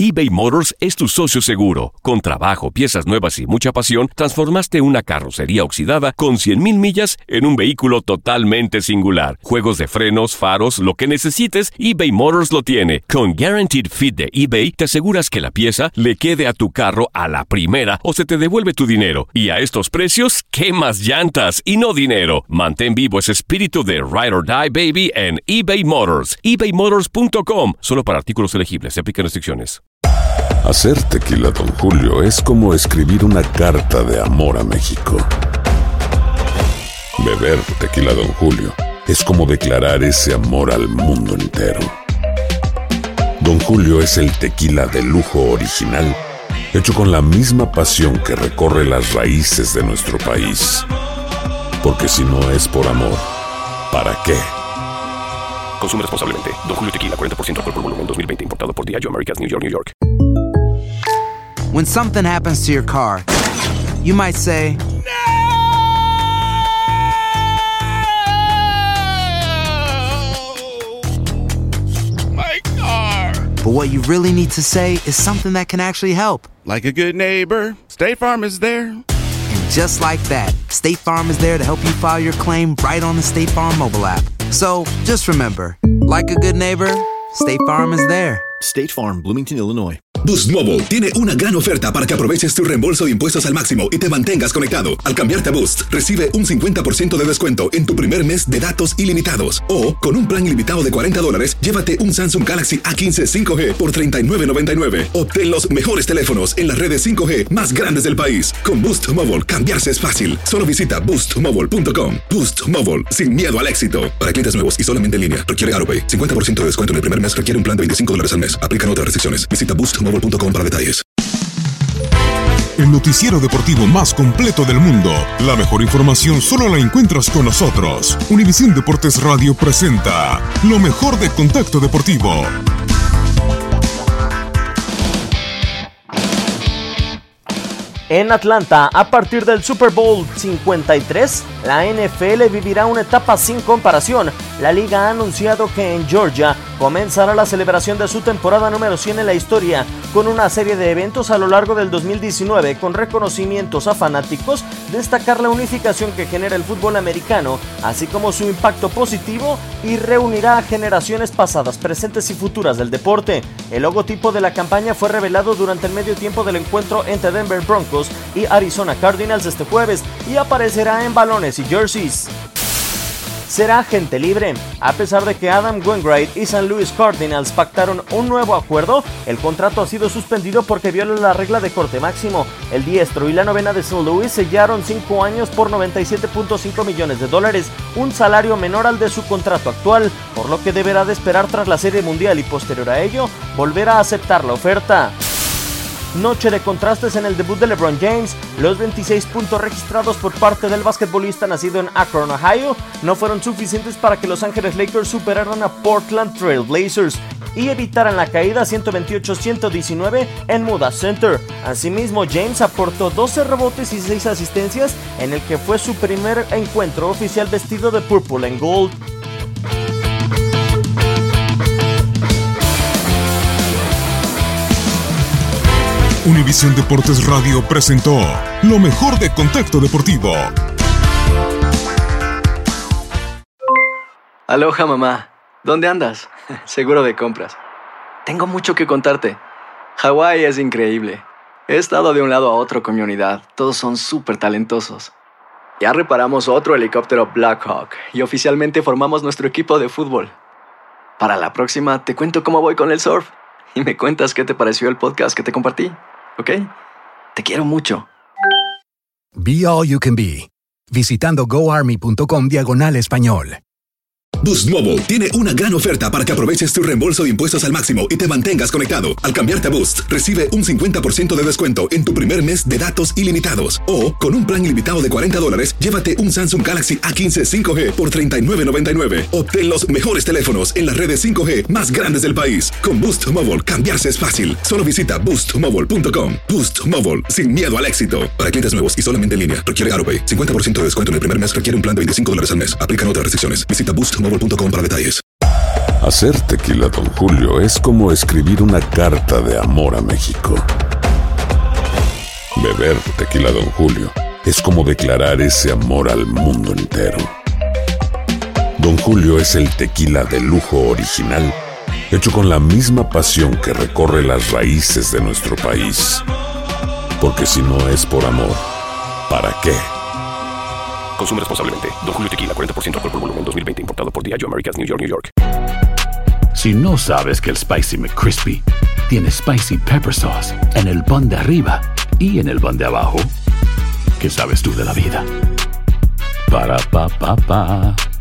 eBay Motors es tu socio seguro. Con trabajo, piezas nuevas y mucha pasión, transformaste una carrocería oxidada con 100,000 millas en un vehículo totalmente singular. Juegos de frenos, faros, lo que necesites, eBay Motors lo tiene. Con Guaranteed Fit de eBay, te aseguras que la pieza le quede a tu carro a la primera o se te devuelve tu dinero. Y a estos precios, ¿qué más llantas y no dinero? Mantén vivo ese espíritu de Ride or Die, baby, en eBay Motors. ebaymotors.com. Solo para artículos elegibles. Se aplican restricciones. Hacer tequila Don Julio es como escribir una carta de amor a México. Beber tequila Don Julio es como declarar ese amor al mundo entero. Don Julio es el tequila de lujo original, hecho con la misma pasión que recorre las raíces de nuestro país. Porque si no es por amor, ¿para qué? Consume responsablemente. Don Julio Tequila, 40% alcohol por volumen, 2020. Importado por Diageo Americas, New York, New York. When something happens to your car, you might say, My car! but what you really need to say is something that can actually help. Like a good neighbor, State Farm is there. And just like that, State Farm is there to help you file your claim right on the State Farm mobile app. So, just remember, like a good neighbor, State Farm is there. State Farm, Bloomington, Illinois. Boost Mobile tiene una gran oferta para que aproveches tu reembolso de impuestos al máximo y te mantengas conectado. Al cambiarte a Boost, recibe un 50% de descuento en tu primer mes de datos ilimitados. O, con un plan ilimitado de $40, llévate un Samsung Galaxy A15 5G por $39.99. Obtén los mejores teléfonos en las redes 5G más grandes del país. Con Boost Mobile, cambiarse es fácil. Solo visita boostmobile.com. Boost Mobile, sin miedo al éxito. Para clientes nuevos y solamente en línea, requiere AutoPay. 50% de descuento en el primer mes requiere un plan de $25 al mes. Aplican otras restricciones. Visita boostmobile.com para detalles. El noticiero deportivo más completo del mundo. La mejor información solo la encuentras con nosotros. Univisión Deportes Radio presenta lo mejor de Contacto Deportivo. En Atlanta, a partir del Super Bowl 53, la NFL vivirá una etapa sin comparación. La liga ha anunciado que en Georgia comenzará la celebración de su temporada número 100 en la historia, con una serie de eventos a lo largo del 2019 con reconocimientos a fanáticos, destacar la unificación que genera el fútbol americano, así como su impacto positivo, y reunirá a generaciones pasadas, presentes y futuras del deporte. El logotipo de la campaña fue revelado durante el medio tiempo del encuentro entre Denver Broncos y Arizona Cardinals este jueves y aparecerá en balones y jerseys. Será agente libre. A pesar de que Adam Wainwright y St. Louis Cardinals pactaron un nuevo acuerdo, el contrato ha sido suspendido porque viola la regla de corte máximo. El diestro y la novena de St. Louis sellaron 5 años por $97.5 millones, un salario menor al de su contrato actual, por lo que deberá de esperar tras la Serie Mundial y posterior a ello, volver a aceptar la oferta. Noche de contrastes en el debut de LeBron James. Los 26 puntos registrados por parte del basquetbolista nacido en Akron, Ohio, no fueron suficientes para que Los Ángeles Lakers superaran a Portland Trail Blazers y evitaran la caída 128-119 en Moda Center. Asimismo, James aportó 12 rebotes y 6 asistencias en el que fue su primer encuentro oficial vestido de purple and gold. Univisión Deportes Radio presentó lo mejor de Contacto Deportivo. Aloha, mamá. ¿Dónde andas? Seguro de compras. Tengo mucho que contarte. Hawái es increíble. He estado de un lado a otro con mi unidad. Todos son súper talentosos. Ya reparamos otro helicóptero Blackhawk y oficialmente formamos nuestro equipo de fútbol. Para la próxima te cuento cómo voy con el surf y me cuentas qué te pareció el podcast que te compartí. ¿Ok? Te quiero mucho. Be All You Can Be. Visitando goarmy.com/español. Boost Mobile tiene una gran oferta para que aproveches tu reembolso de impuestos al máximo y te mantengas conectado. Al cambiarte a Boost, recibe un 50% de descuento en tu primer mes de datos ilimitados. O, con un plan ilimitado de $40, llévate un Samsung Galaxy A15 5G por $39.99. Obtén los mejores teléfonos en las redes 5G más grandes del país. Con Boost Mobile, cambiarse es fácil. Solo visita boostmobile.com. Boost Mobile, sin miedo al éxito. Para clientes nuevos y solamente en línea, requiere AutoPay. 50% de descuento en el primer mes requiere un plan de $25 al mes. Aplican otras restricciones. Visita boostmobile.com para detalles. Hacer tequila Don Julio es como escribir una carta de amor a México. Beber tequila Don Julio es como declarar ese amor al mundo entero. Don Julio es el tequila de lujo original, hecho con la misma pasión que recorre las raíces de nuestro país. Porque si no es por amor, ¿para qué? Consume responsablemente. Don Julio Tequila, 40% alcohol por volumen, 2020. Importado por Diageo Americas, New York, New York. Si no sabes que el Spicy McCrispy tiene Spicy Pepper Sauce en el pan de arriba y en el pan de abajo, ¿qué sabes tú de la vida? Para, pa, pa, pa.